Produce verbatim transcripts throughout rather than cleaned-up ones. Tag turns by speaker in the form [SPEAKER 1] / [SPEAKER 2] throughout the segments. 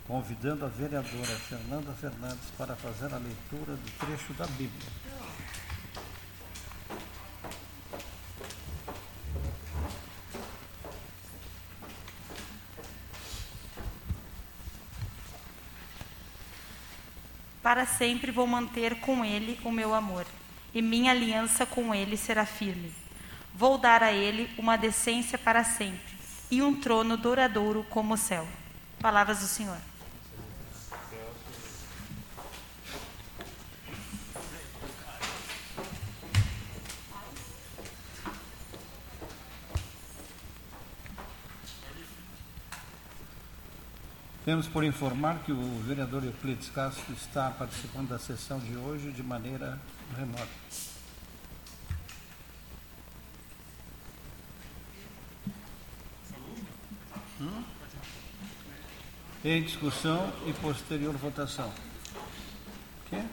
[SPEAKER 1] convidando a vereadora Fernanda Fernandes para fazer a leitura do trecho da Bíblia.
[SPEAKER 2] Para sempre vou manter com ele o meu amor, e minha aliança com ele será firme. Vou dar a ele uma decência para sempre, e um trono douradouro como o céu. Palavras do Senhor.
[SPEAKER 1] Temos por informar que o vereador Euclides Castro está participando da sessão de hoje de maneira remota. Hum? Em discussão e posterior votação. O quê?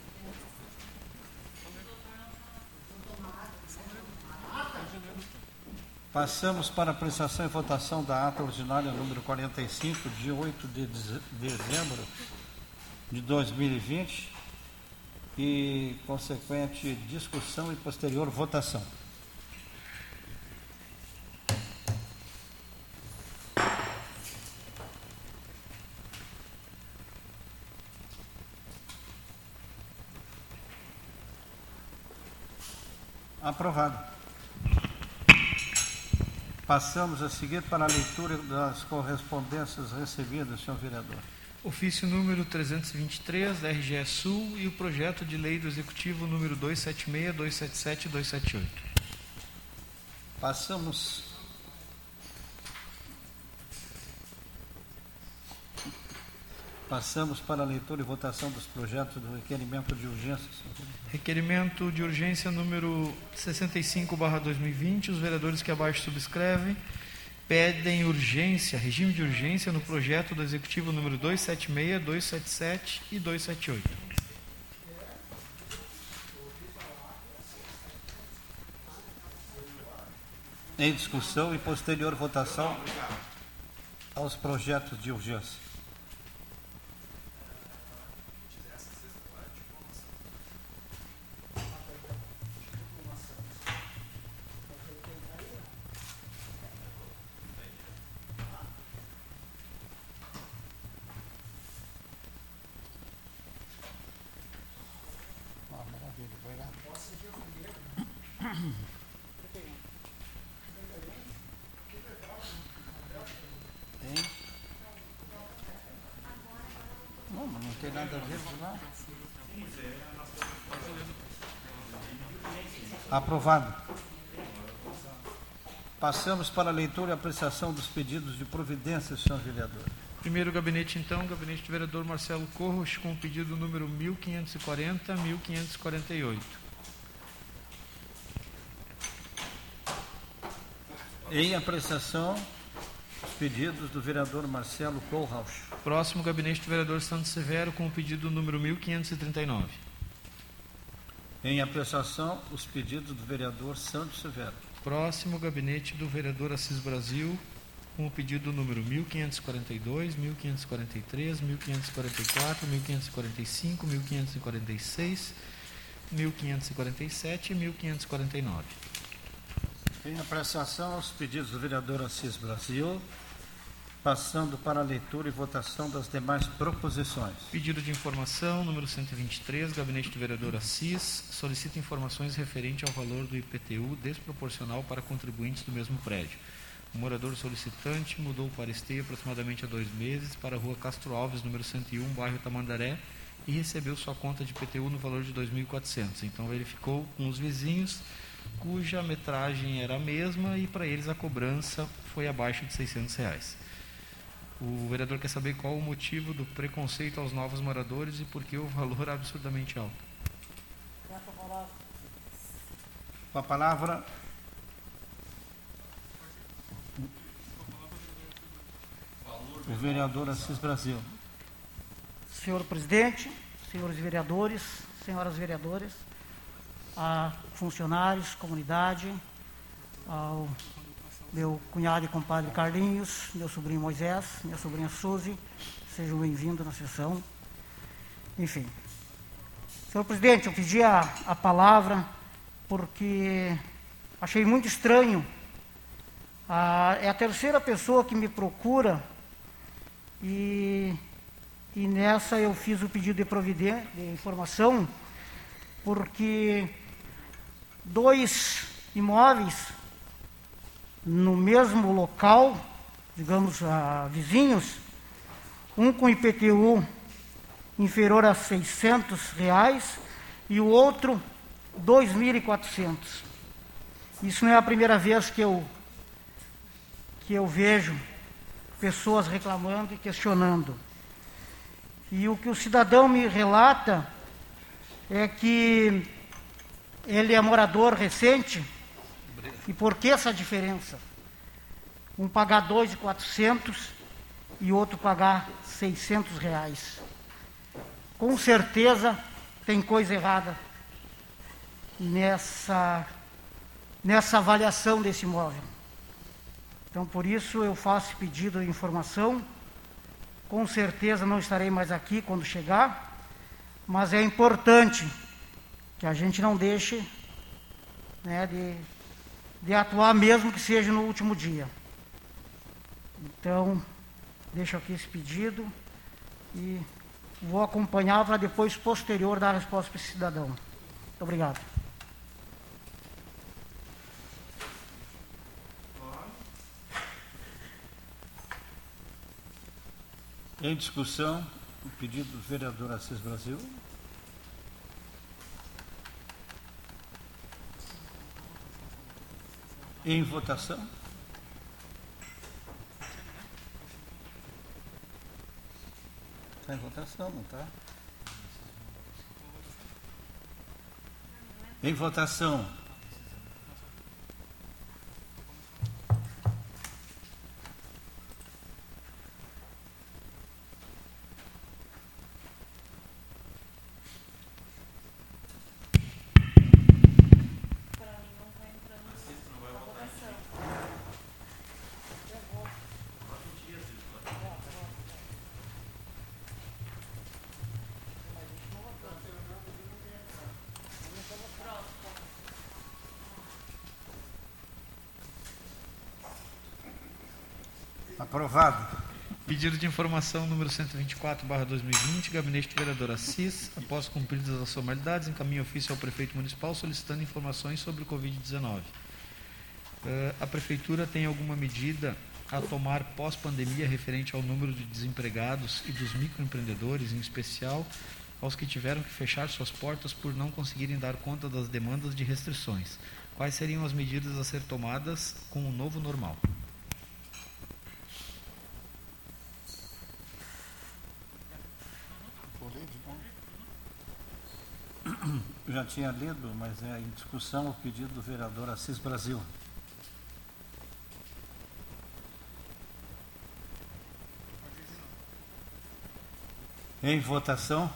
[SPEAKER 1] Passamos para a apreciação e votação da ata ordinária número quarenta e cinco, de oito de dezembro de dois mil e vinte, e consequente discussão e posterior votação. Aprovado. Passamos a seguir para a leitura das correspondências recebidas, senhor vereador.
[SPEAKER 3] Ofício número trezentos e vinte e três, da R G E Sul, e o projeto de lei do Executivo número duzentos e setenta e seis, duzentos e setenta e sete e duzentos e setenta e oito.
[SPEAKER 1] Passamos... Passamos para a leitura e votação dos projetos do requerimento de urgência, senhor vereador.
[SPEAKER 3] Requerimento de urgência número sessenta e cinco barra dois mil e vinte. Os vereadores que abaixo subscrevem pedem urgência, regime de urgência no projeto do Executivo número duzentos e setenta e seis, duzentos e setenta e sete e duzentos e setenta e oito.
[SPEAKER 1] Em discussão e posterior votação aos projetos de urgência. Não, mas não tem nada a ver com lá. Aprovado. Passamos para a leitura e apreciação dos pedidos de providência, senhor vereador.
[SPEAKER 3] Primeiro gabinete, então, gabinete do vereador Marcelo Corros, com o pedido número mil quinhentos e quarenta, mil quinhentos e quarenta e oito.
[SPEAKER 1] Em apreciação, os pedidos do vereador Marcelo Corros.
[SPEAKER 3] Próximo gabinete do vereador Santos Severo, com o pedido número mil quinhentos e trinta e nove.
[SPEAKER 1] Em apreciação, os pedidos do vereador Santos Severo.
[SPEAKER 3] Próximo gabinete do vereador Assis Brasil, com o pedido número mil quinhentos e quarenta e dois, mil quinhentos e quarenta e três, mil quinhentos e quarenta e quatro, mil quinhentos e quarenta e cinco, mil quinhentos e quarenta e seis, mil quinhentos e quarenta e sete e mil quinhentos e quarenta e nove.
[SPEAKER 1] Em apreciação aos pedidos do vereador Assis Brasil, passando para a leitura e votação das demais proposições.
[SPEAKER 3] Pedido de informação, número cento e vinte e três, gabinete do vereador Assis, solicita informações referente ao valor do I P T U desproporcional para contribuintes do mesmo prédio. O morador solicitante mudou para Esteio aproximadamente há dois meses para a rua Castro Alves, número cento e um, bairro Tamandaré, e recebeu sua conta de I P T U no valor de dois mil e quatrocentos. Então verificou com os vizinhos, cuja metragem era a mesma, e para eles a cobrança foi abaixo de seiscentos reais. O vereador quer saber qual o motivo do preconceito aos novos moradores e por que o valor é absurdamente alto.
[SPEAKER 1] Com a palavra, o vereador Assis Brasil.
[SPEAKER 4] Senhor presidente, senhores vereadores, senhoras vereadoras, a funcionários, comunidade, ao meu cunhado e compadre Carlinhos, meu sobrinho Moisés, minha sobrinha Suzy, sejam bem-vindos na sessão. Enfim. Senhor presidente, eu pedi a, a palavra porque achei muito estranho. Ah, é a terceira pessoa que me procura e, e nessa eu fiz o pedido de providência, de informação, porque dois imóveis no mesmo local, digamos, ah, vizinhos, um com I P T U inferior a seiscentos reais e o outro dois mil e quatrocentos. Isso não é a primeira vez que eu, que eu vejo pessoas reclamando e questionando. E o que o cidadão me relata é que ele é morador recente. E por que essa diferença? Um pagar dois mil e quatrocentos e outro pagar seiscentos reais. Com certeza tem coisa errada nessa, nessa avaliação desse imóvel. Então, por isso, eu faço pedido de informação. Com certeza não estarei mais aqui quando chegar, mas é importante que a gente não deixe, né, de, de atuar, mesmo que seja no último dia. Então, deixo aqui esse pedido e vou acompanhar para depois, posterior, dar a resposta para esse cidadão. Muito obrigado.
[SPEAKER 1] Em discussão, o pedido do vereador Assis Brasil. Em votação. Está em votação, não está? Em votação. Aprovado.
[SPEAKER 3] Pedido de informação número cento e vinte e quatro barra dois mil e vinte, gabinete do vereador Assis, após cumpridas as formalidades, encaminha ofício ao prefeito municipal solicitando informações sobre o covid dezenove. Uh, a prefeitura tem alguma medida a tomar pós-pandemia referente ao número de desempregados e dos microempreendedores, em especial aos que tiveram que fechar suas portas por não conseguirem dar conta das demandas de restrições? Quais seriam as medidas a ser tomadas com o novo normal?
[SPEAKER 1] Eu já tinha lido, mas é em discussão o pedido do vereador Assis Brasil. Em votação.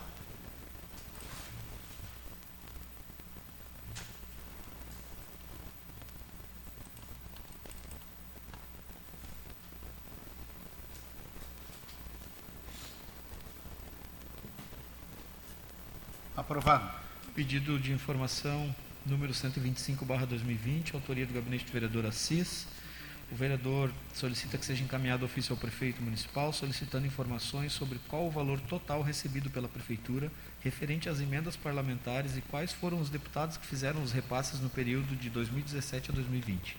[SPEAKER 1] Aprovado.
[SPEAKER 3] Pedido de informação número cento e vinte e cinco barra dois mil e vinte, autoria do gabinete do vereador Assis. O vereador solicita que seja encaminhado ofício ao prefeito municipal, solicitando informações sobre qual o valor total recebido pela prefeitura referente às emendas parlamentares e quais foram os deputados que fizeram os repasses no período de dois mil e dezessete a dois mil e vinte.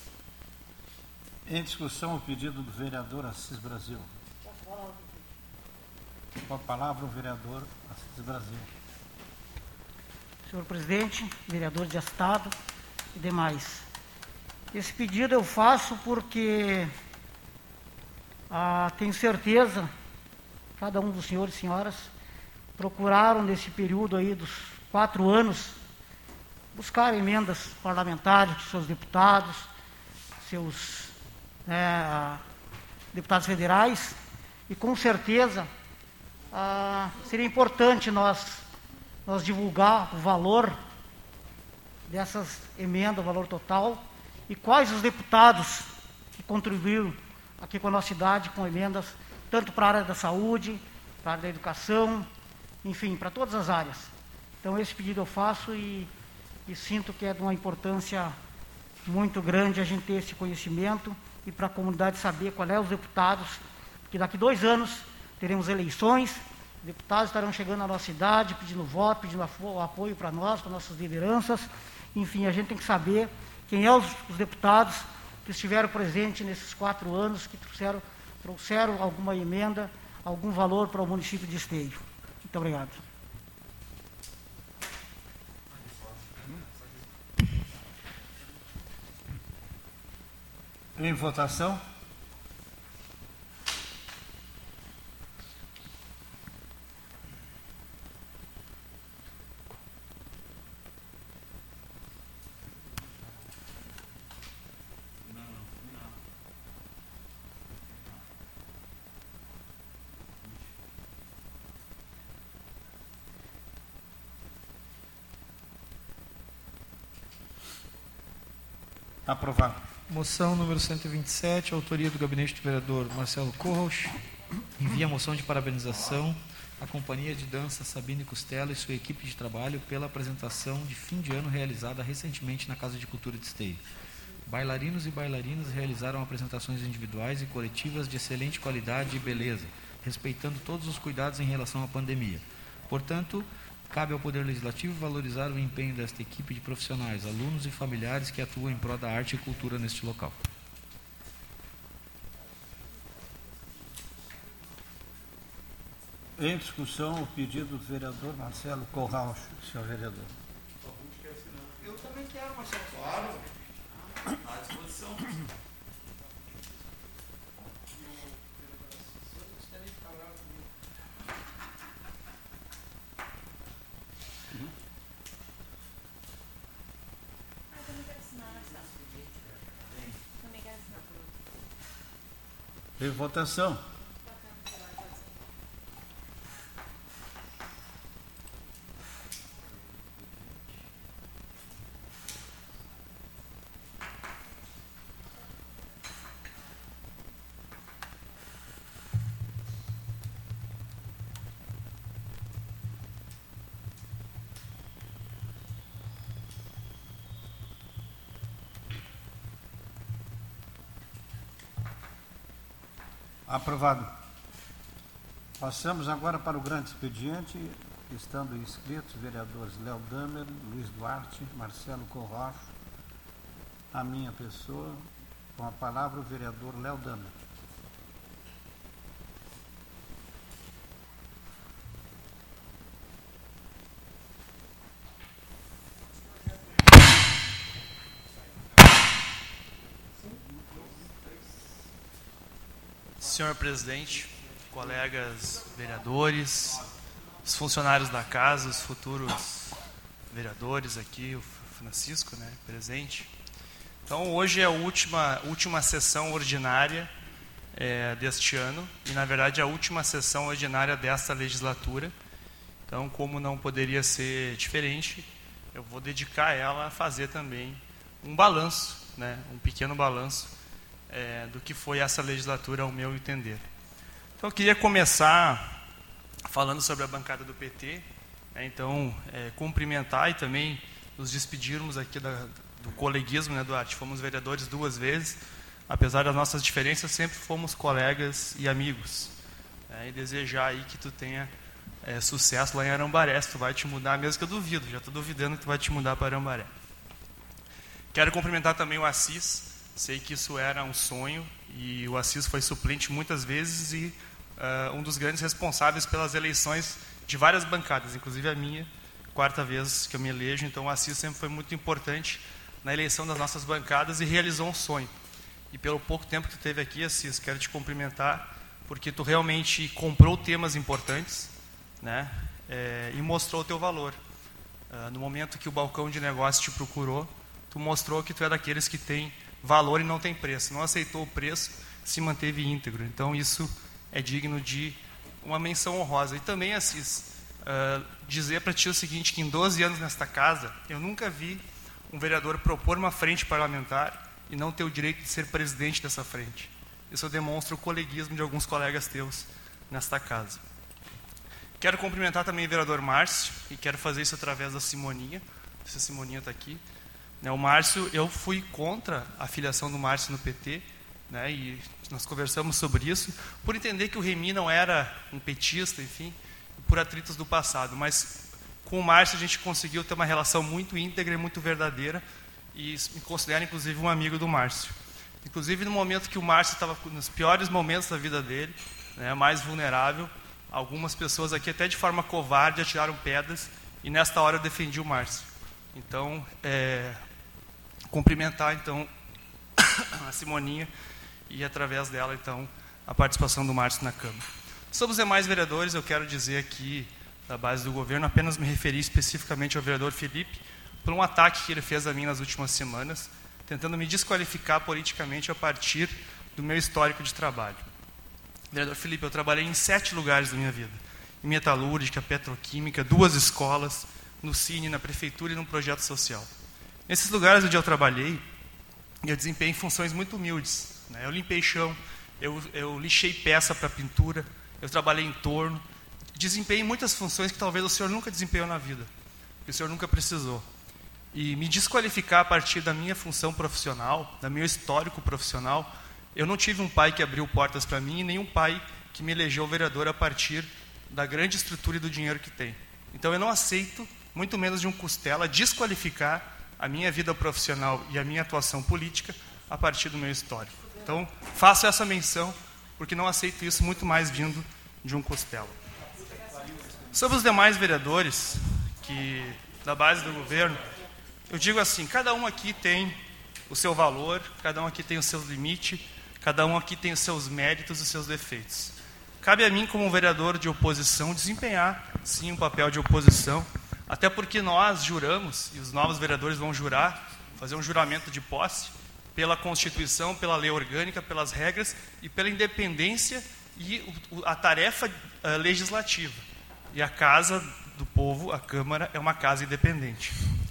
[SPEAKER 1] Em discussão o pedido do vereador Assis Brasil. Com a palavra o vereador Assis Brasil.
[SPEAKER 4] Senhor presidente, vereadores de Estado e demais. Esse pedido eu faço porque ah, tenho certeza, cada um dos senhores e senhoras procuraram nesse período aí dos quatro anos buscar emendas parlamentares dos seus deputados, seus né, deputados federais, e com certeza ah, seria importante nós nós divulgar o valor dessas emendas, o valor total, e quais os deputados que contribuíram aqui com a nossa cidade, com emendas, tanto para a área da saúde, para a área da educação, enfim, para todas as áreas. Então, esse pedido eu faço e, e sinto que é de uma importância muito grande a gente ter esse conhecimento e para a comunidade saber qual é os deputados, porque daqui dois anos teremos eleições, deputados estarão chegando na nossa cidade, pedindo voto, pedindo apoio para nós, para nossas lideranças. Enfim, a gente tem que saber quem é os, os deputados que estiveram presentes nesses quatro anos, que trouxeram, trouxeram alguma emenda, algum valor para o município de Esteio. Muito obrigado.
[SPEAKER 1] Em votação. Aprovado.
[SPEAKER 3] Moção número cento e vinte e sete, autoria do gabinete do vereador Marcelo Corros. Envia a moção de parabenização à Companhia de Dança Sabine Costela e sua equipe de trabalho pela apresentação de fim de ano realizada recentemente na Casa de Cultura de Esteio. Bailarinos e bailarinas realizaram apresentações individuais e coletivas de excelente qualidade e beleza, respeitando todos os cuidados em relação à pandemia. Portanto, cabe ao Poder Legislativo valorizar o empenho desta equipe de profissionais, alunos e familiares que atuam em prol da arte e cultura neste local.
[SPEAKER 1] Em discussão, o pedido do vereador Marcelo Corral, senhor vereador.
[SPEAKER 5] Eu também quero, Marcelo, claro. À disposição.
[SPEAKER 1] Em votação. Aprovado. Passamos agora para o grande expediente, estando inscritos vereadores Léo Damer, Luiz Duarte, Marcelo Corrocho, a minha pessoa, com a palavra o vereador Léo Damer.
[SPEAKER 5] Senhor presidente, colegas vereadores, os funcionários da casa, os futuros vereadores aqui, o Francisco, né, presente. Então, hoje é a última, última sessão ordinária é, deste ano e, na verdade, a última sessão ordinária desta legislatura. Então, como não poderia ser diferente, eu vou dedicar ela a fazer também um balanço, né, um pequeno balanço É, do que foi essa legislatura, ao meu entender. Então, eu queria começar falando sobre a bancada do P T, né, então, é, cumprimentar e também nos despedirmos aqui da, do coleguismo, né, Duarte? Fomos vereadores duas vezes, apesar das nossas diferenças, sempre fomos colegas e amigos. É, e desejar aí que tu tenha é, sucesso lá em Arambaré, se tu vai te mudar, mesmo que eu duvido, já estou duvidando que tu vai te mudar para Arambaré. Quero cumprimentar também o Assis. Sei que isso era um sonho e o Assis foi suplente muitas vezes e uh, um dos grandes responsáveis pelas eleições de várias bancadas, inclusive a minha, quarta vez que eu me elejo. Então o Assis sempre foi muito importante na eleição das nossas bancadas e realizou um sonho. E pelo pouco tempo que tu teve aqui, Assis, quero te cumprimentar porque tu realmente comprou temas importantes, né, é, e mostrou o teu valor. Uh, no momento que o balcão de negócio te procurou, tu mostrou que tu é daqueles que tem valor e não tem preço. Não aceitou o preço, se manteve íntegro. Então, isso é digno de uma menção honrosa. E também, Assis, uh, dizer para ti o seguinte, que em doze anos nesta casa, eu nunca vi um vereador propor uma frente parlamentar e não ter o direito de ser presidente dessa frente. Isso demonstra o coleguismo de alguns colegas teus nesta casa. Quero cumprimentar também o vereador Márcio, e quero fazer isso através da Simoninha. Se a Simoninha está aqui. Né, o Márcio, eu fui contra a filiação do Márcio no P T, né, e nós conversamos sobre isso, por entender que o Remy não era um petista, enfim, por atritos do passado, mas com o Márcio a gente conseguiu ter uma relação muito íntegra e muito verdadeira, e me considero inclusive um amigo do Márcio. Inclusive no momento que o Márcio estava nos piores momentos da vida dele, né, mais vulnerável, algumas pessoas aqui até de forma covarde atiraram pedras, e nesta hora eu defendi o Márcio. Então, é, cumprimentar então a Simoninha e através dela então a participação do Márcio na Câmara. Sobre os demais vereadores, eu quero dizer aqui da base do governo, apenas me referi especificamente ao vereador Felipe por um ataque que ele fez a mim nas últimas semanas, tentando me desqualificar politicamente a partir do meu histórico de trabalho. Vereador Felipe, eu trabalhei em sete lugares da minha vida, em metalúrgica, petroquímica, duas escolas, no Cine, na prefeitura e num projeto social. Nesses lugares onde eu trabalhei, eu desempenhei funções muito humildes. Né? Eu limpei chão, eu, eu lixei peça para pintura, eu trabalhei em torno, desempenhei muitas funções que talvez o senhor nunca desempenhou na vida, que o senhor nunca precisou. E me desqualificar a partir da minha função profissional, do meu histórico profissional, eu não tive um pai que abriu portas para mim, e nem um pai que me elegeu vereador a partir da grande estrutura e do dinheiro que tem. Então eu não aceito, muito menos de um costela, desqualificar a minha vida profissional e a minha atuação política a partir do meu histórico. Então, faço essa menção, porque não aceito isso muito mais vindo de um costela. Sobre os demais vereadores que, da base do governo, eu digo assim, cada um aqui tem o seu valor, cada um aqui tem o seu limite, cada um aqui tem os seus méritos e os seus defeitos. Cabe a mim, como vereador de oposição, desempenhar, sim, um papel de oposição, até porque nós juramos, e os novos vereadores vão jurar, fazer um juramento de posse, pela Constituição, pela lei orgânica, pelas regras e pela independência e a tarefa uh, legislativa. E a Casa do Povo, a Câmara, é uma casa independente.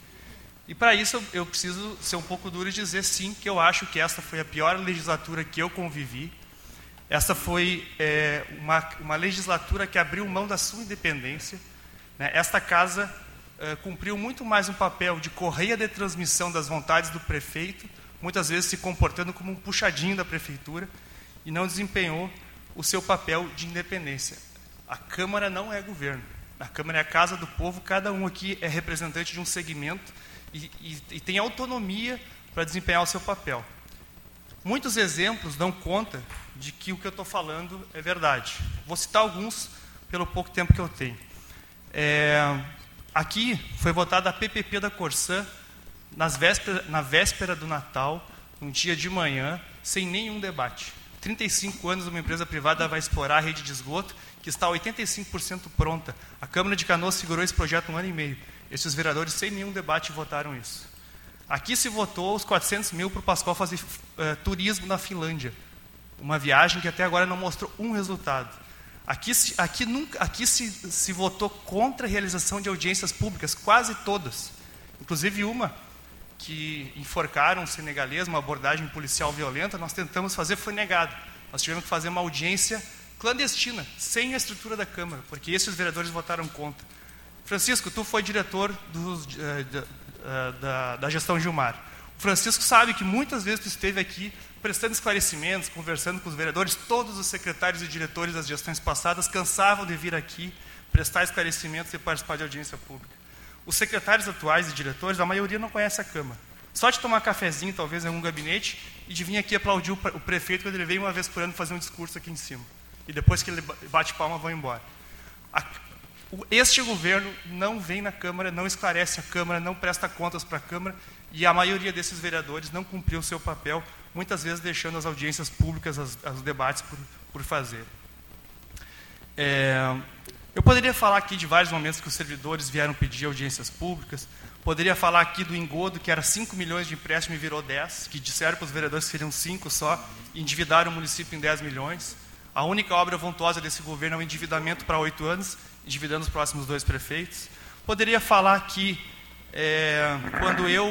[SPEAKER 5] E para isso eu, eu preciso ser um pouco duro e dizer sim, que eu acho que esta foi a pior legislatura que eu convivi. Esta foi é, uma, uma legislatura que abriu mão da sua independência. Né? Esta casa é, cumpriu muito mais um papel de correia de transmissão das vontades do prefeito, muitas vezes se comportando como um puxadinho da prefeitura, e não desempenhou o seu papel de independência. A Câmara não é governo. A Câmara é a casa do povo, cada um aqui é representante de um segmento e, e, e tem autonomia para desempenhar o seu papel. Muitos exemplos dão conta de que o que eu estou falando é verdade. Vou citar alguns pelo pouco tempo que eu tenho. É, aqui foi votada a P P P da Corsã nas véspera, na véspera do Natal, um dia de manhã, sem nenhum debate. trinta e cinco anos uma empresa privada vai explorar a rede de esgoto, que está oitenta e cinco por cento pronta. A Câmara de Canoas segurou esse projeto um ano e meio. Esses vereadores, sem nenhum debate, votaram isso. Aqui se votou os quatrocentos mil para o Pascoal fazer uh, turismo na Finlândia. Uma viagem que até agora não mostrou um resultado. Aqui, se, aqui, nunca, aqui se, se votou contra a realização de audiências públicas, quase todas. Inclusive uma que enforcaram um senegalês, uma abordagem policial violenta, nós tentamos fazer, foi negado. Nós tivemos que fazer uma audiência clandestina, sem a estrutura da Câmara, porque esses vereadores votaram contra. Francisco, tu foi diretor dos, da, da, da gestão Gilmar. O Francisco sabe que muitas vezes tu esteve aqui prestando esclarecimentos, conversando com os vereadores, todos os secretários e diretores das gestões passadas cansavam de vir aqui, prestar esclarecimentos e participar de audiência pública. Os secretários atuais e diretores, a maioria não conhece a Câmara. Só de tomar cafezinho, talvez, em algum gabinete, e de vir aqui aplaudir o prefeito quando ele veio uma vez por ano fazer um discurso aqui em cima. E depois que ele bate palma, vão embora. A, este governo não vem na Câmara, não esclarece a Câmara, não presta contas para a Câmara, e a maioria desses vereadores não cumpriu o seu papel, muitas vezes deixando as audiências públicas, as, os debates por, por fazer. É, eu poderia falar aqui de vários momentos que os servidores vieram pedir audiências públicas, poderia falar aqui do engodo, que era cinco milhões de empréstimo e virou dez, que disseram para os vereadores que seriam cinco só, e endividaram o município em dez milhões. A única obra vontuosa desse governo é o endividamento para oito anos, endividando os próximos dois prefeitos. Poderia falar aqui, é, quando eu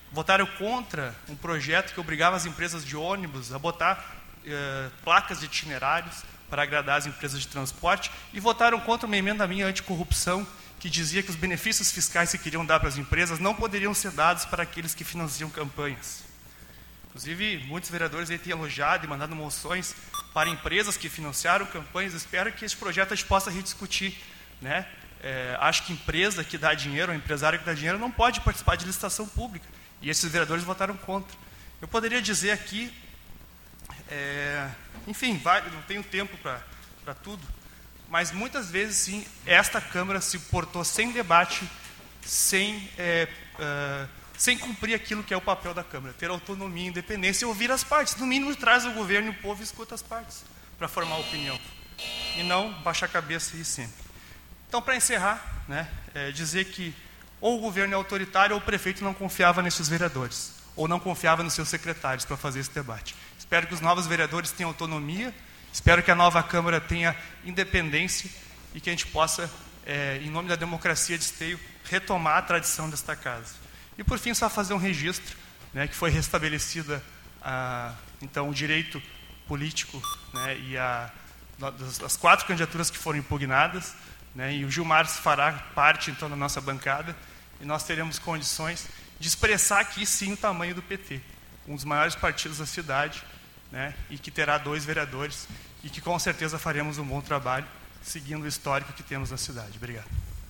[SPEAKER 5] votaram contra um projeto que obrigava as empresas de ônibus a botar eh, placas de itinerários para agradar as empresas de transporte, e votaram contra uma emenda minha anticorrupção que dizia que os benefícios fiscais que queriam dar para as empresas não poderiam ser dados para aqueles que financiam campanhas. Inclusive, muitos vereadores aí têm elogiado e mandado moções para empresas que financiaram campanhas. Espero que esse projeto a gente possa rediscutir, né? É, acho que empresa que dá dinheiro, ou empresário que dá dinheiro, não pode participar de licitação pública. E esses vereadores votaram contra. Eu poderia dizer aqui, é, enfim, vai, não tenho tempo para tudo, mas muitas vezes, sim, esta Câmara se portou sem debate, sem, é, uh, sem cumprir aquilo que é o papel da Câmara, ter autonomia, independência e ouvir as partes. No mínimo, traz o governo e o povo escuta as partes para formar opinião. E não baixar a cabeça e ir sempre. Então, para encerrar, né, é dizer que ou o governo é autoritário ou o prefeito não confiava nesses vereadores, ou não confiava nos seus secretários para fazer esse debate. Espero que os novos vereadores tenham autonomia, espero que a nova Câmara tenha independência e que a gente possa, é, em nome da democracia de Esteio, retomar a tradição desta casa. E, por fim, só fazer um registro, né, que foi restabelecida a, então, o direito político, né, e a, as quatro candidaturas que foram impugnadas, né, e o Gilmar fará parte, então, da nossa bancada, e nós teremos condições de expressar aqui, sim, o tamanho do P T, um dos maiores partidos da cidade, né, e que terá dois vereadores, e que, com certeza, faremos um bom trabalho, seguindo o histórico que temos na cidade. Obrigado.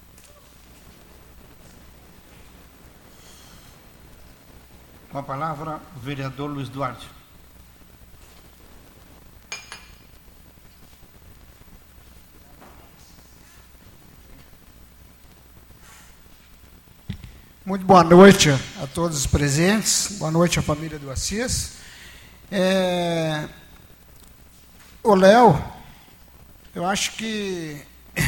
[SPEAKER 1] Com a palavra, o vereador Luiz Duarte.
[SPEAKER 6] Muito boa noite a todos os presentes, boa noite à família do Assis. É... O Léo, eu acho que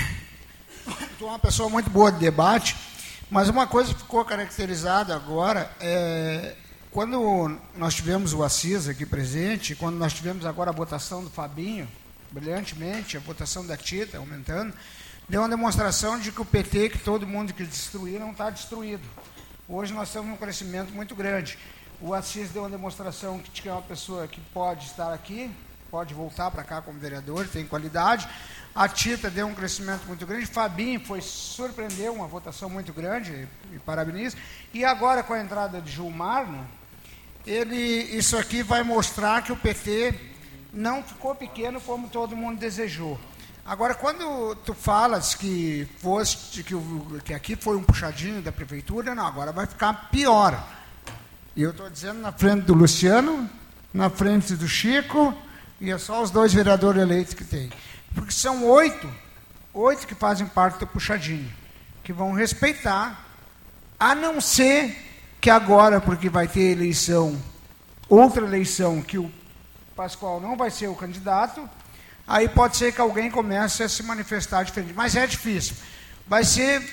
[SPEAKER 6] tu é uma pessoa muito boa de debate, mas uma coisa que ficou caracterizada agora é quando nós tivemos o Assis aqui presente, quando nós tivemos agora a votação do Fabinho, brilhantemente, a votação da Tita aumentando, deu uma demonstração de que o P T, que todo mundo que destruir, não está destruído. Hoje nós temos um crescimento muito grande. O Assis deu uma demonstração que é uma pessoa que pode estar aqui, pode voltar para cá como vereador, tem qualidade. A Tita deu um crescimento muito grande. Fabinho foi, surpreendeu, uma votação muito grande, e, e parabenizo. E agora, com a entrada de Gilmar, né, ele, isso aqui vai mostrar que o P T não ficou pequeno como todo mundo desejou. Agora, quando tu falas que, foste, que, o, que aqui foi um puxadinho da prefeitura, não, agora vai ficar pior. E eu estou dizendo na frente do Luciano, na frente do Chico, e é só os dois vereadores eleitos que tem. Porque são oito, oito que fazem parte do puxadinho, que vão respeitar, a não ser que agora, porque vai ter eleição, outra eleição, que o Pascoal não vai ser o candidato, aí pode ser que alguém comece a se manifestar diferente. Mas é difícil. Vai ser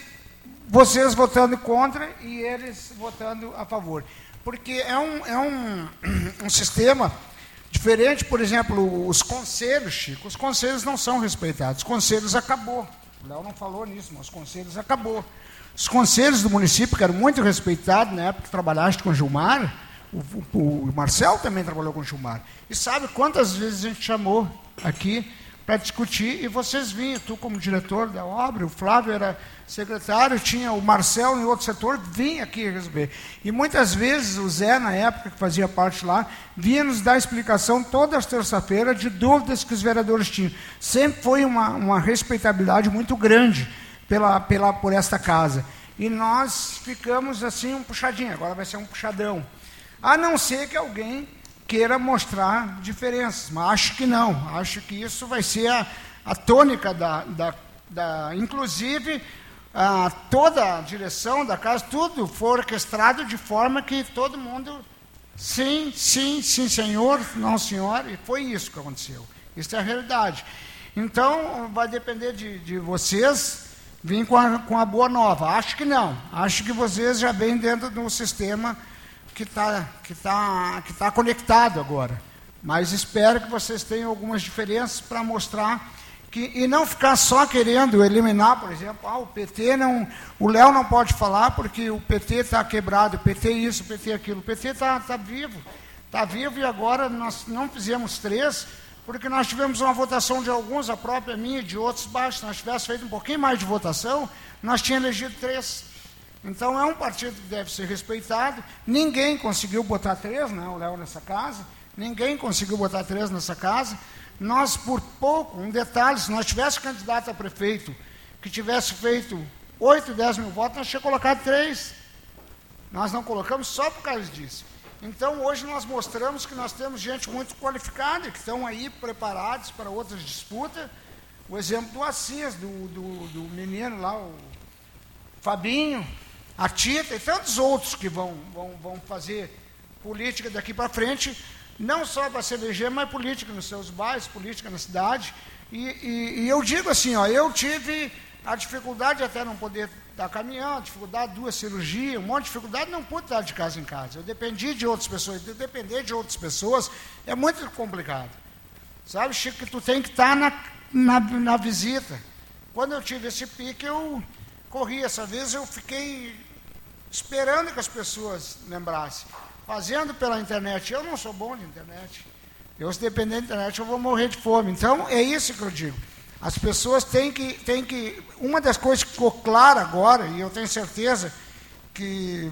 [SPEAKER 6] vocês votando contra e eles votando a favor. Porque é um, é um, um sistema diferente. Por exemplo, os conselhos, Chico, os conselhos não são respeitados. Os conselhos acabou. O Léo não falou nisso, mas os conselhos acabou. Os conselhos do município, que eram muito respeitados, na época que trabalhaste com o Gilmar, o, o, o Marcel também trabalhou com o Gilmar. E sabe quantas vezes a gente chamou aqui para discutir, e vocês vinham, tu como diretor da obra, o Flávio era secretário, tinha o Marcel em outro setor, vinha aqui receber. E muitas vezes o Zé, na época que fazia parte lá, vinha nos dar explicação todas as terças-feiras de dúvidas que os vereadores tinham. Sempre foi uma, uma respeitabilidade muito grande pela, pela, por esta casa. E nós ficamos assim, um puxadinho, agora vai ser um puxadão. A não ser que alguém queira mostrar diferenças, mas acho que não, acho que isso vai ser a, a tônica da, da, da inclusive, a, toda a direção da casa, tudo foi orquestrado de forma que todo mundo, sim, sim, sim, senhor, não, senhora, e foi isso que aconteceu, isso é a realidade. Então, vai depender de, de vocês vir com a, com a boa nova, acho que não, acho que vocês já vêm dentro de um sistema que está que tá, que tá conectado agora. Mas espero que vocês tenham algumas diferenças para mostrar que que, e não ficar só querendo eliminar, por exemplo, ah, o P T não, o Léo não pode falar porque o P T está quebrado, o P T isso, o P T aquilo. O P T está tá vivo, está vivo, e agora nós não fizemos três, porque nós tivemos uma votação de alguns, a própria minha e de outros baixos. Se nós tivéssemos feito um pouquinho mais de votação, nós tínhamos elegido três. Então é um partido que deve ser respeitado. Ninguém conseguiu botar três, né, o Léo, nessa casa, ninguém conseguiu botar três nessa casa. Nós, por pouco, um detalhe, se nós tivéssemos candidato a prefeito que tivesse feito oito, dez mil votos, nós tínhamos colocado três. Nós não colocamos só por causa disso. Então, hoje nós mostramos que nós temos gente muito qualificada, que estão aí preparados para outras disputas. O exemplo do Assis, do, do, do menino lá, o Fabinho, a Tita e tantos outros que vão, vão, vão fazer política daqui para frente, não só para se eleger, mas política nos seus bairros, política na cidade. E, e, e eu digo assim, ó, eu tive a dificuldade de até não poder estar caminhando, dificuldade de duas cirurgias, um monte de dificuldade, não pude estar de casa em casa. Eu dependi de outras pessoas, de depender de outras pessoas é muito complicado. Sabe, Chico, que tu tem que estar na, na, na visita. Quando eu tive esse pique, eu corri. Essa vez eu fiquei esperando que as pessoas lembrassem. Fazendo pela internet. Eu não sou bom de internet. Eu, se depender da internet, eu vou morrer de fome. Então, é isso que eu digo. As pessoas têm que, têm que... Uma das coisas que ficou clara agora, e eu tenho certeza que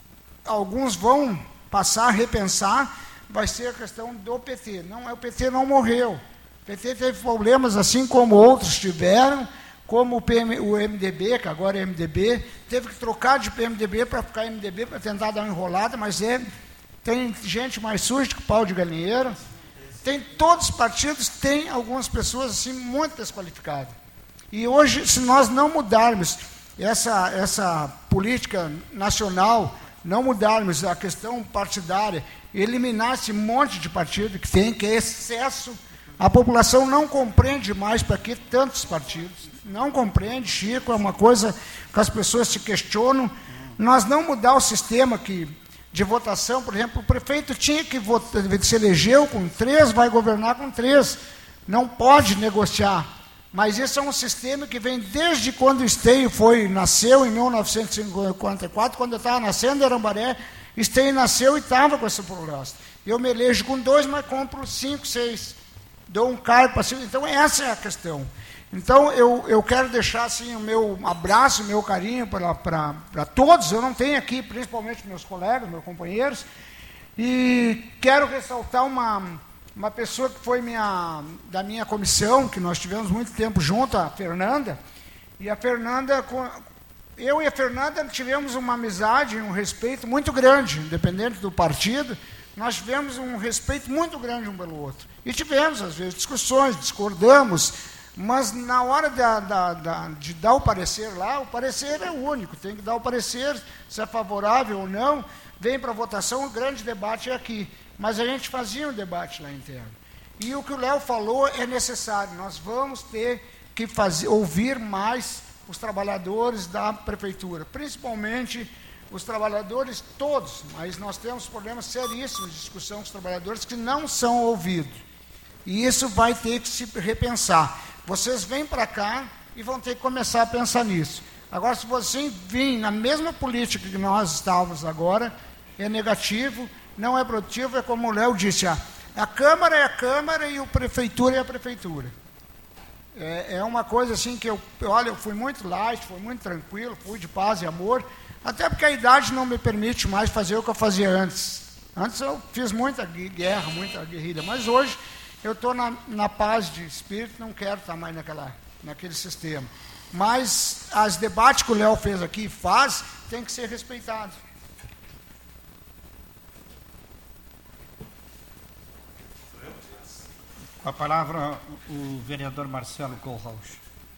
[SPEAKER 6] alguns vão passar a repensar, vai ser a questão do P T. Não, o P T não morreu. O P T teve problemas, assim como outros tiveram, como o, P M, o M D B, que agora é M D B, teve que trocar de P M D B para ficar M D B, para tentar dar uma enrolada, mas é, tem gente mais suja que pau de galinheiro. Tem todos os partidos, tem algumas pessoas assim muito desqualificadas. E hoje, se nós não mudarmos essa, essa política nacional, não mudarmos a questão partidária, eliminar esse monte de partido que tem, que é excesso, a população não compreende mais para que tantos partidos. Não compreende, Chico, é uma coisa que as pessoas se questionam. Nós não mudar o sistema que, de votação, por exemplo, o prefeito tinha que votar, se elegeu com três, vai governar com três. Não pode negociar. Mas esse é um sistema que vem desde quando o Esteio foi, nasceu em mil novecentos e cinquenta e quatro, quando eu estava nascendo em Arambaré, Esteio nasceu e estava com essa proposta. Eu me elejo com dois, mas compro cinco, seis. Dou um cargo para cima. Então, essa é a questão. Então, eu, eu quero deixar assim, o meu abraço, o meu carinho para todos. Eu não tenho aqui, principalmente meus colegas, meus companheiros. E quero ressaltar uma, uma pessoa que foi minha, da minha comissão, que nós tivemos muito tempo junto, a Fernanda. E a Fernanda, eu e a Fernanda tivemos uma amizade, um respeito muito grande, independente do partido. Nós tivemos um respeito muito grande um pelo outro. E tivemos, às vezes, discussões, discordamos, mas na hora da, da, da, de dar o parecer lá, o parecer é o único, tem que dar o parecer, se é favorável ou não, vem para a votação, o grande debate é aqui. Mas a gente fazia um debate lá interno. E o que o Léo falou é necessário, nós vamos ter que fazer, ouvir mais os trabalhadores da prefeitura, principalmente os trabalhadores todos, mas nós temos problemas seríssimos de discussão com os trabalhadores que não são ouvidos. E isso vai ter que se repensar. Vocês vêm para cá e vão ter que começar a pensar nisso. Agora, se vocês virem na mesma política que nós estávamos agora, é negativo, não é produtivo, é como o Léo disse, a, a Câmara é a Câmara e a Prefeitura é a Prefeitura. É, é uma coisa assim que eu, olha, eu fui muito light, fui muito tranquilo, fui de paz e amor, até porque a idade não me permite mais fazer o que eu fazia antes. Antes eu fiz muita guerra, muita guerrilha, mas hoje eu estou na, na paz de espírito, não quero estar mais naquela, naquele sistema. Mas os debates que o Léo fez aqui, faz, tem que ser respeitado.
[SPEAKER 1] Com a palavra, o vereador Marcelo Kohlhaus.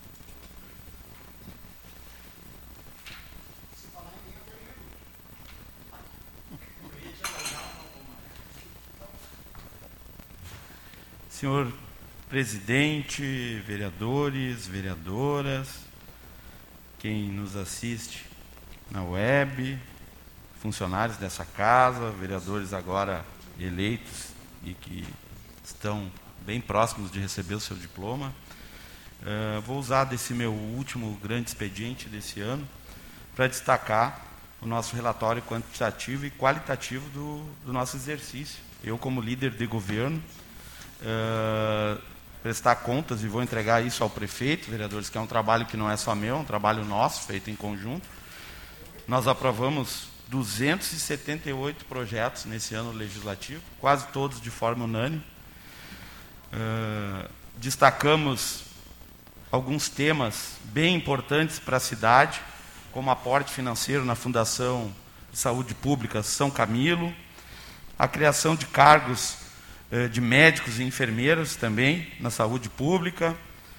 [SPEAKER 7] Senhor presidente, vereadores, vereadoras, quem nos assiste na web, funcionários dessa casa, vereadores agora eleitos e que estão bem próximos de receber o seu diploma. Uh, vou usar desse meu último grande expediente desse ano para destacar o nosso relatório quantitativo e qualitativo do, do nosso exercício. Eu, como líder de governo, uh, prestar contas e vou entregar isso ao prefeito, vereadores, que é um trabalho que não é só meu, é um trabalho nosso, feito em conjunto. Nós aprovamos duzentos e setenta e oito projetos nesse ano legislativo, quase todos de forma unânime. Uh, destacamos alguns temas bem importantes para a cidade, como aporte financeiro na Fundação de Saúde Pública São Camilo, a criação de cargos eh, de médicos e enfermeiros também na saúde pública,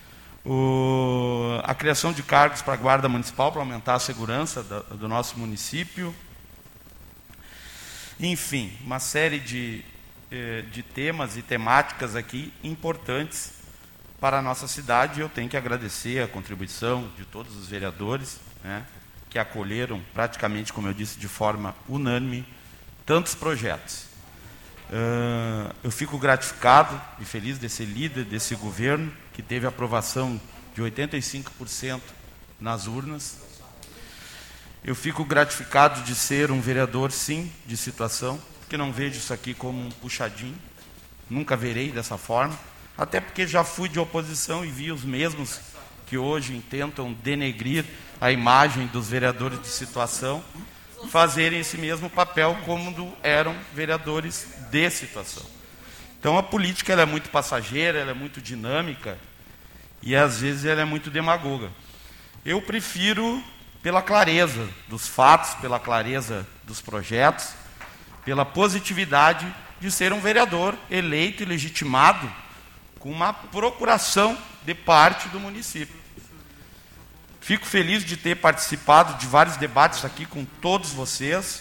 [SPEAKER 7] o, a criação de cargos para a Guarda Municipal para aumentar a segurança da, do nosso município. Enfim, uma série de, eh, de temas e temáticas aqui importantes para a nossa cidade. Eu tenho que agradecer a contribuição de todos os vereadores, né, que acolheram praticamente, como eu disse, de forma unânime, tantos projetos. Uh, eu fico gratificado e feliz de ser líder desse governo, que teve aprovação de oitenta e cinco por cento nas urnas. Eu fico gratificado de ser um vereador, sim, de situação, porque não vejo isso aqui como um puxadinho, nunca verei dessa forma, até porque já fui de oposição e vi os mesmos que hoje tentam denegrir a imagem dos vereadores de situação, fazerem esse mesmo papel como eram vereadores de situação. Então a política ela é muito passageira, ela é muito dinâmica e às vezes ela é muito demagoga. Eu prefiro pela clareza dos fatos, pela clareza dos projetos, pela positividade de ser um vereador eleito e legitimado com uma procuração de parte do município. Fico feliz de ter participado de vários debates aqui com todos vocês.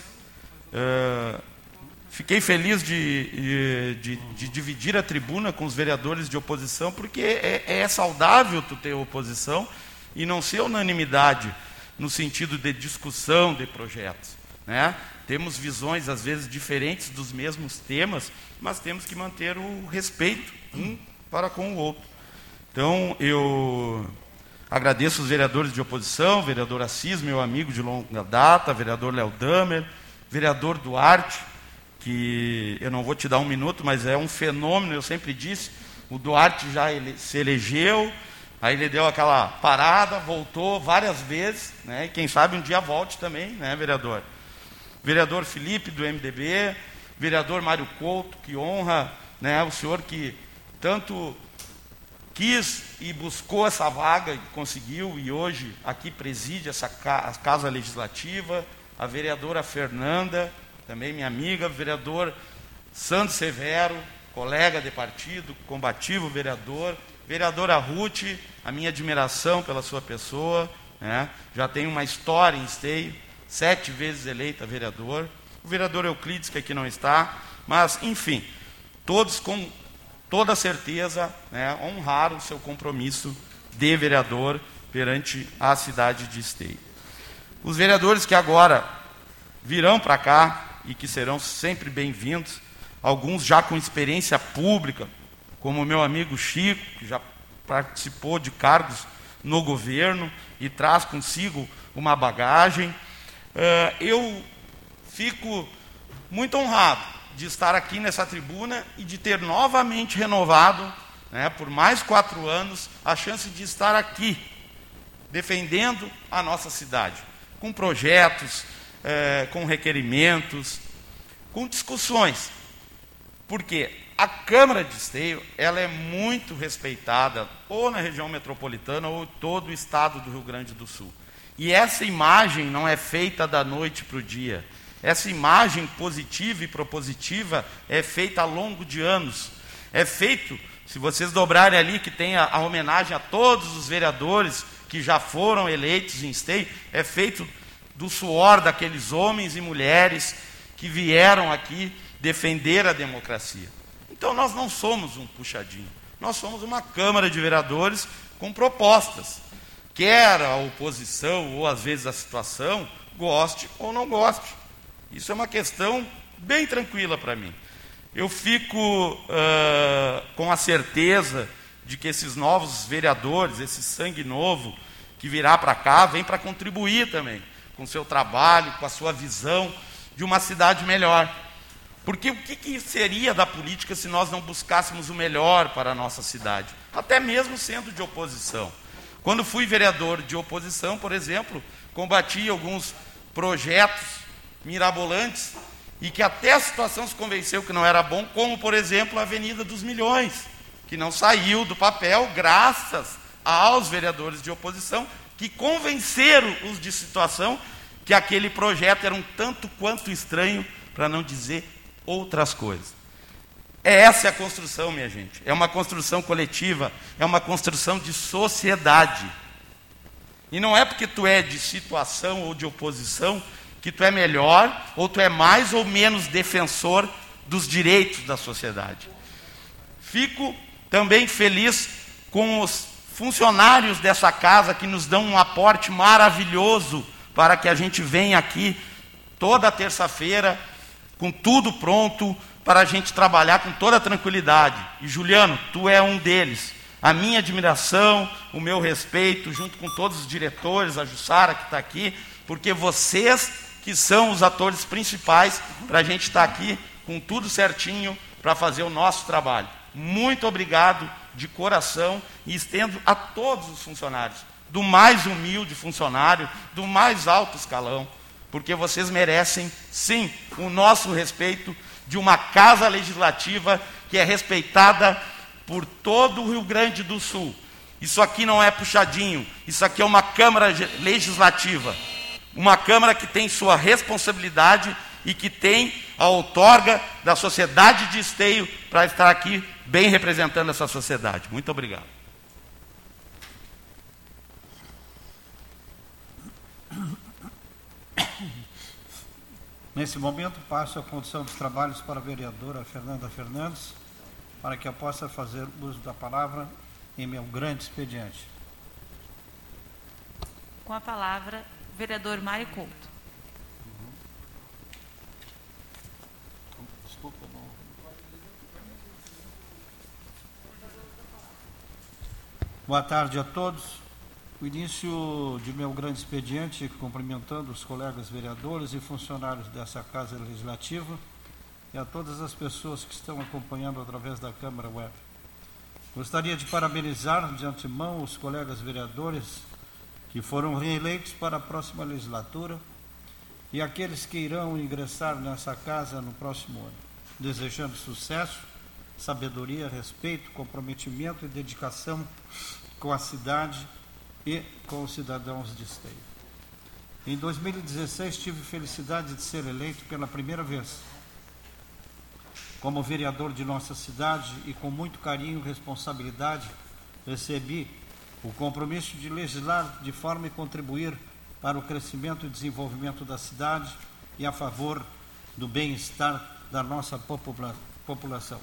[SPEAKER 7] Uh, fiquei feliz de, de, de dividir a tribuna com os vereadores de oposição, porque é, é saudável tu ter oposição e não ser unanimidade no sentido de discussão de projetos, né? Temos visões, às vezes, diferentes dos mesmos temas, mas temos que manter o respeito um para com o outro. Então, eu agradeço os vereadores de oposição, vereador Assis, meu amigo de longa data, vereador Léo Damer, vereador Duarte, que eu não vou te dar um minuto, mas é um fenômeno, eu sempre disse, o Duarte já ele, se elegeu, aí ele deu aquela parada, voltou várias vezes, né, e quem sabe um dia volte também, né, vereador? Vereador Felipe, do M D B, vereador Mário Couto, que honra, né, o senhor que tanto quis e buscou essa vaga e conseguiu, e hoje aqui preside essa ca Casa Legislativa, a vereadora Fernanda, também minha amiga, vereador Santos Severo, colega de partido, combativo vereador, vereadora Ruth, a minha admiração pela sua pessoa, né? Já tem uma história em Esteio, sete vezes eleita vereador, o vereador Euclides, que aqui não está, mas, enfim, todos com toda certeza, né, honraram o seu compromisso de vereador perante a cidade de Esteio. Os vereadores que agora virão para cá e que serão sempre bem-vindos, alguns já com experiência pública, como o meu amigo Chico, que já participou de cargos no governo e traz consigo uma bagagem. Uh, eu fico muito honrado de estar aqui nessa tribuna e de ter novamente renovado, né, por mais quatro anos, a chance de estar aqui, defendendo a nossa cidade, com projetos, eh, com requerimentos, com discussões. Porque a Câmara de Esteio, ela é muito respeitada, ou na região metropolitana, ou em todo o estado do Rio Grande do Sul. E essa imagem não é feita da noite para o dia. Essa imagem positiva e propositiva é feita ao longo de anos. É feito, se vocês dobrarem ali, que tem a, a homenagem a todos os vereadores que já foram eleitos em Esteio, é feito do suor daqueles homens e mulheres que vieram aqui defender a democracia. Então nós não somos um puxadinho, nós somos uma Câmara de Vereadores com propostas. Quer a oposição ou às vezes a situação, goste ou não goste. Isso é uma questão bem tranquila para mim. Eu fico uh, com a certeza de que esses novos vereadores, esse sangue novo que virá para cá, vem para contribuir também com o seu trabalho, com a sua visão de uma cidade melhor. Porque o que, que seria da política se nós não buscássemos o melhor para a nossa cidade? Até mesmo sendo de oposição. Quando fui vereador de oposição, por exemplo, combati alguns projetos mirabolantes e que até a situação se convenceu que não era bom, como, por exemplo, a Avenida dos Milhões, que não saiu do papel graças aos vereadores de oposição que convenceram os de situação que aquele projeto era um tanto quanto estranho, para não dizer outras coisas. É essa a construção, minha gente. É uma construção coletiva, é uma construção de sociedade. E não é porque tu é de situação ou de oposição que tu é melhor ou tu é mais ou menos defensor dos direitos da sociedade. Fico também feliz com os funcionários dessa casa que nos dão um aporte maravilhoso para que a gente venha aqui toda terça-feira com tudo pronto para a gente trabalhar com toda tranquilidade. E Juliano, tu é um deles. A minha admiração, o meu respeito, junto com todos os diretores, a Jussara que está aqui, porque vocês que são os atores principais para a gente estar aqui com tudo certinho para fazer o nosso trabalho. Muito obrigado de coração e estendo a todos os funcionários, do mais humilde funcionário, do mais alto escalão, porque vocês merecem, sim, o nosso respeito de uma casa legislativa que é respeitada por todo o Rio Grande do Sul. Isso aqui não é puxadinho, isso aqui é uma Câmara Legislativa, uma Câmara que tem sua responsabilidade e que tem a outorga da sociedade de Esteio para estar aqui bem representando essa sociedade. Muito obrigado.
[SPEAKER 1] Nesse momento, passo a condução dos trabalhos para a vereadora Fernanda Fernandes, para que eu possa fazer uso da palavra em meu grande expediente.
[SPEAKER 2] Com a palavra, o vereador Mário Couto.
[SPEAKER 1] Desculpa, não. Boa tarde a todos. O início de meu grande expediente, cumprimentando os colegas vereadores e funcionários dessa Casa Legislativa e a todas as pessoas que estão acompanhando através da Câmara Web. Gostaria de parabenizar de antemão os colegas vereadores que foram reeleitos para a próxima legislatura e aqueles que irão ingressar nessa casa no próximo ano, desejando sucesso, sabedoria, respeito, comprometimento e dedicação com a cidade e com os cidadãos de Esteio. Em dois mil e dezesseis, tive felicidade de ser eleito pela primeira vez como vereador de nossa cidade e com muito carinho e responsabilidade recebi o compromisso de legislar de forma a contribuir para o crescimento e desenvolvimento da cidade e a favor do bem-estar da nossa popula- população.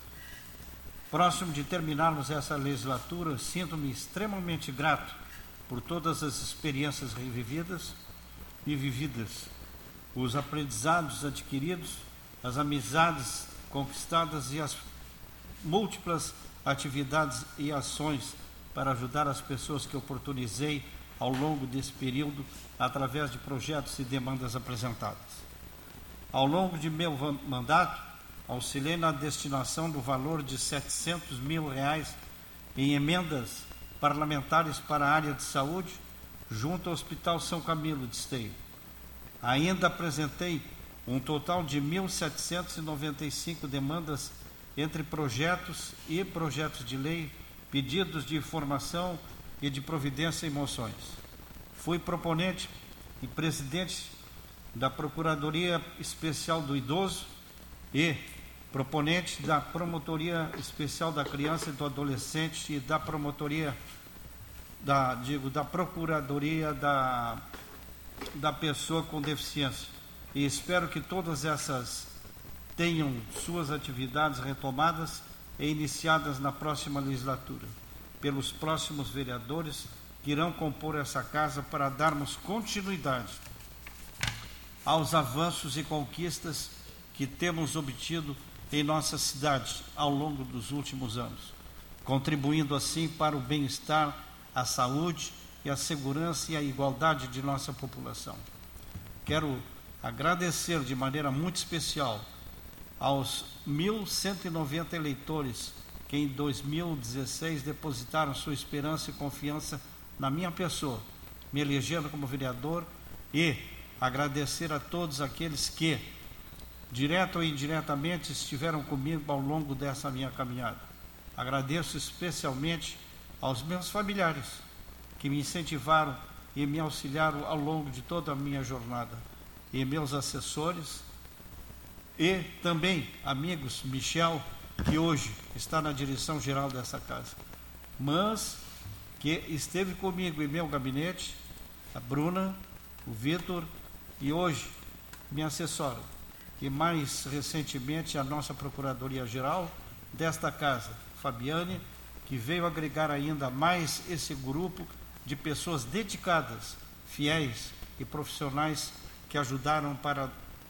[SPEAKER 1] Próximo de terminarmos essa legislatura, sinto-me extremamente grato por todas as experiências revividas e vividas, os aprendizados adquiridos, as amizades conquistadas e as múltiplas atividades e ações para ajudar as pessoas que oportunizei ao longo desse período através de projetos e demandas apresentadas. Ao longo de meu mandato, auxiliei na destinação do valor de setecentos mil reais em emendas parlamentares para a área de saúde, junto ao Hospital São Camilo de Esteio. Ainda apresentei um total de mil setecentas e noventa e cinco demandas entre projetos e projetos de lei, pedidos de informação e de providência e moções. Fui proponente e presidente da Procuradoria Especial do Idoso e proponente da Promotoria Especial da Criança e do Adolescente e da Promotoria, da, digo, da Procuradoria da, da Pessoa com Deficiência. E espero que todas essas tenham suas atividades retomadas e iniciadas na próxima legislatura, pelos próximos vereadores que irão compor essa casa para darmos continuidade aos avanços e conquistas que temos obtido em nossa cidade ao longo dos últimos anos. contribuindo assim para o bem-estar, a saúde e a segurança e a igualdade de nossa população. Quero agradecer de maneira muito especial aos mil cento e noventa eleitores que em dois mil e dezesseis depositaram sua esperança e confiança na minha pessoa, me elegendo como vereador, e agradecer a todos aqueles que, direto ou indiretamente, estiveram comigo ao longo dessa minha caminhada. Agradeço especialmente aos meus familiares, que me incentivaram e me auxiliaram ao longo de toda a minha jornada, e meus assessores, e também amigos, Michel, que hoje está na direção geral dessa casa, mas que esteve comigo em meu gabinete, a Bruna, o Vitor, e hoje me assessora, e mais recentemente a nossa Procuradoria-Geral desta casa, Fabiane, que veio agregar ainda mais esse grupo de pessoas dedicadas, fiéis e profissionais que ajudaram para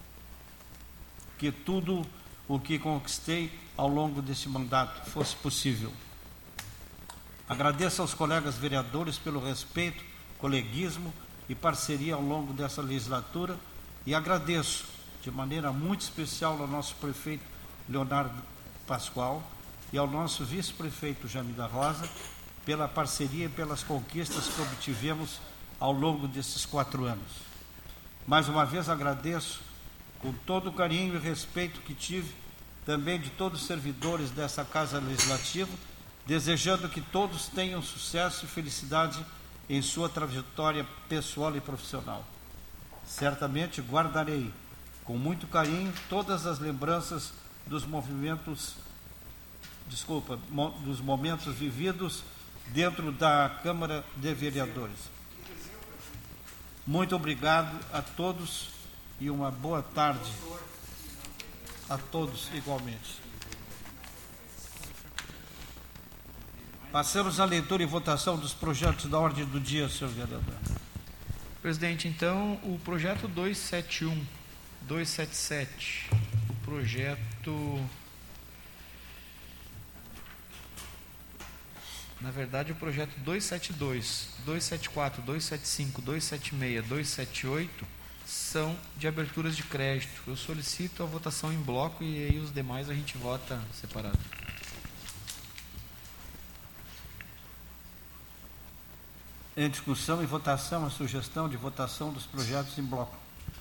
[SPEAKER 1] que tudo o que conquistei ao longo desse mandato fosse possível. Agradeço aos colegas vereadores pelo respeito, coleguismo e parceria ao longo dessa legislatura, e agradeço de maneira muito especial ao nosso prefeito Leonardo Pascoal e ao nosso vice-prefeito Jaime da Rosa pela parceria e pelas conquistas que obtivemos ao longo desses quatro anos. Mais uma vez agradeço com todo o carinho e respeito que tive também de todos os servidores dessa Casa Legislativa, desejando que todos tenham sucesso e felicidade em sua trajetória pessoal e profissional. Certamente guardarei com muito carinho todas as lembranças dos movimentos, desculpa, mo, dos momentos vividos dentro da Câmara de Vereadores. Muito obrigado a todos e uma boa tarde a todos igualmente. Passamos à leitura e votação dos projetos da ordem do dia, senhor vereador.
[SPEAKER 3] Presidente, então, o projeto duzentos e setenta e um, duzentos e setenta e sete, o projeto... Na verdade, o projeto duzentos e setenta e dois, duzentos e setenta e quatro, duzentos e setenta e cinco, duzentos e setenta e seis, duzentos e setenta e oito são de aberturas de crédito. Eu solicito a votação em bloco e aí os demais a gente vota separado.
[SPEAKER 1] Em discussão e votação, a sugestão de votação dos projetos em bloco.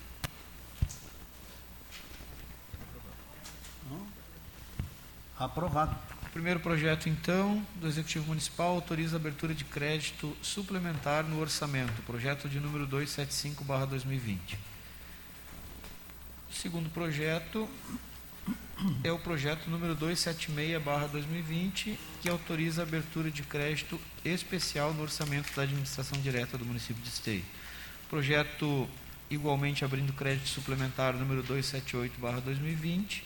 [SPEAKER 1] Aprovado.
[SPEAKER 3] O primeiro projeto, então, do Executivo Municipal autoriza a abertura de crédito suplementar no orçamento, projeto de número duzentos e setenta e cinco barra dois mil e vinte. O segundo projeto é o projeto número duzentos e setenta e seis barra dois mil e vinte, que autoriza a abertura de crédito especial no orçamento da administração direta do município de Esteio. Projeto igualmente abrindo crédito suplementar número duzentos e setenta e oito barra dois mil e vinte.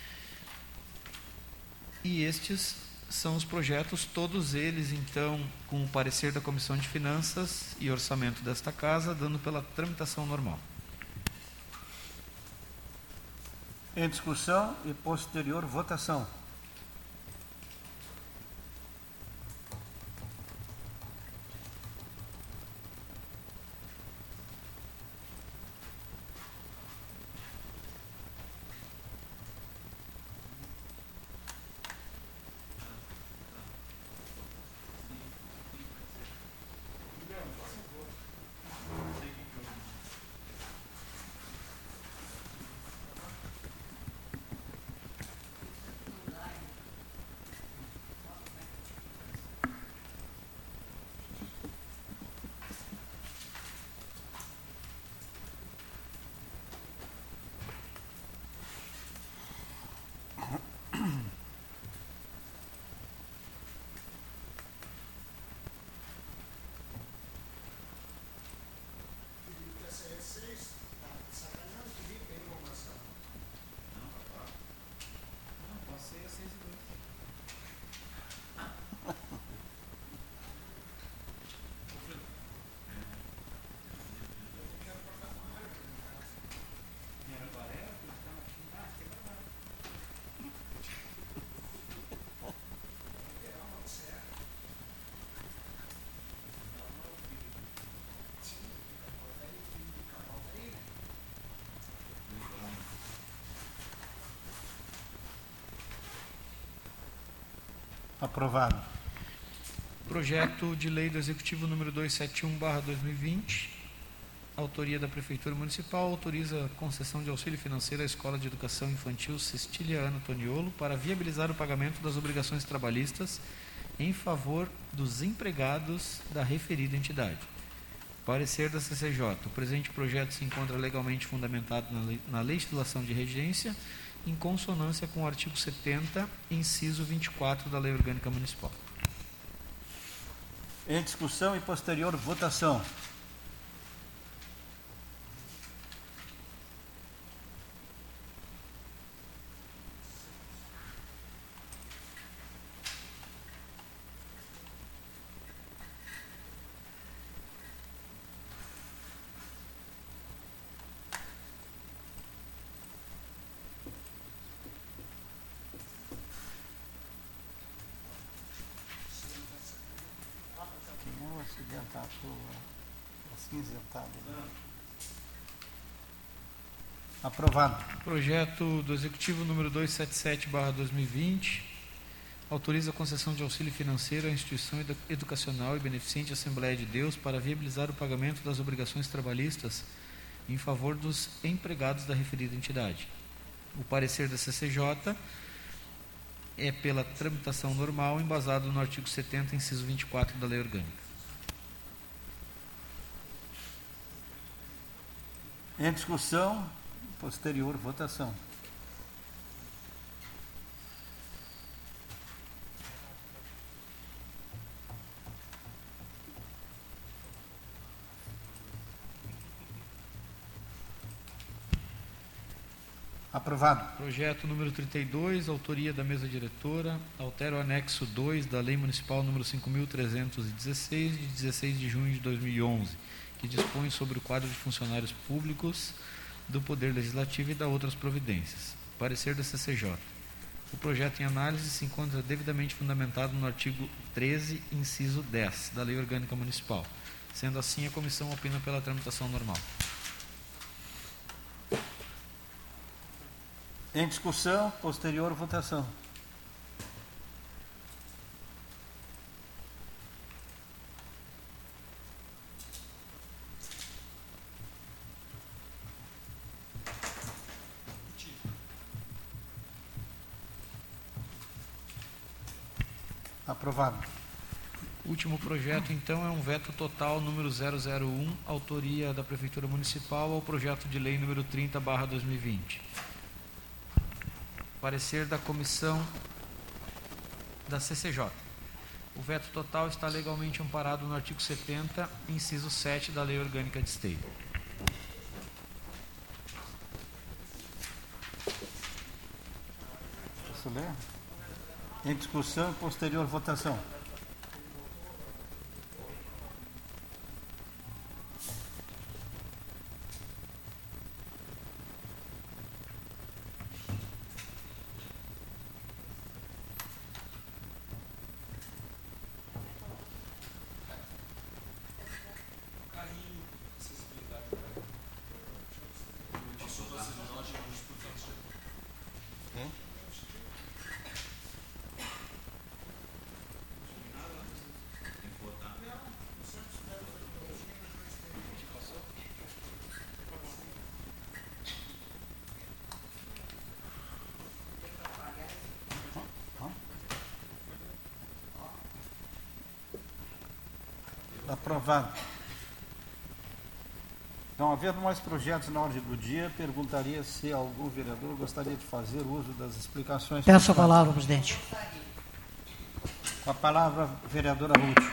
[SPEAKER 3] E estes são os projetos, todos eles, então, com o parecer da Comissão de Finanças e Orçamento desta Casa, dando pela tramitação normal.
[SPEAKER 1] Em discussão e posterior votação. Aprovado.
[SPEAKER 3] Projeto de lei do Executivo número duzentos e setenta e um barra dois mil e vinte, autoria da Prefeitura Municipal, autoriza a concessão de auxílio financeiro à Escola de Educação Infantil Cecília Ana Toniolo para viabilizar o pagamento das obrigações trabalhistas em favor dos empregados da referida entidade. Parecer da C C J. O presente projeto se encontra legalmente fundamentado na, lei, na legislação de regência, em consonância com o artigo setenta, inciso vinte e quatro da Lei Orgânica Municipal.
[SPEAKER 1] Em discussão e posterior votação. Acidentado, acinzentado. Aprovado.
[SPEAKER 3] Projeto do Executivo número duzentos e setenta e sete barra dois mil e vinte, autoriza a concessão de auxílio financeiro à instituição educacional e beneficente Assembleia de Deus para viabilizar o pagamento das obrigações trabalhistas em favor dos empregados da referida entidade. O parecer da C C J é pela tramitação normal, embasado no artigo setenta, inciso vinte e quatro da Lei Orgânica.
[SPEAKER 1] Em discussão, posterior votação. Aprovado.
[SPEAKER 3] Projeto número trinta e dois, autoria da mesa diretora, altera o anexo dois da Lei Municipal número cinco mil trezentos e dezesseis, de dezesseis de junho de dois mil e onze, que dispõe sobre o quadro de funcionários públicos do Poder Legislativo e da outras providências. Parecer da C C J. O projeto em análise se encontra devidamente fundamentado no artigo treze, inciso dez, da Lei Orgânica Municipal. Sendo assim, a comissão opina pela tramitação normal.
[SPEAKER 1] Em discussão, posterior votação. Aprovado.
[SPEAKER 3] O último projeto, então, é um veto total número zero zero um, autoria da Prefeitura Municipal, ao projeto de lei número trinta barra dois mil e vinte. Parecer da comissão da C C J. O veto total está legalmente amparado no artigo setenta, inciso sete da Lei Orgânica de Esteio.
[SPEAKER 1] Posso ler? Em discussão e posterior votação. Aprovado. Então, havendo mais projetos na ordem do dia, perguntaria se algum vereador gostaria de fazer uso das explicações.
[SPEAKER 4] Peço a palavra, presidente.
[SPEAKER 1] Com a palavra, vereadora Ruth.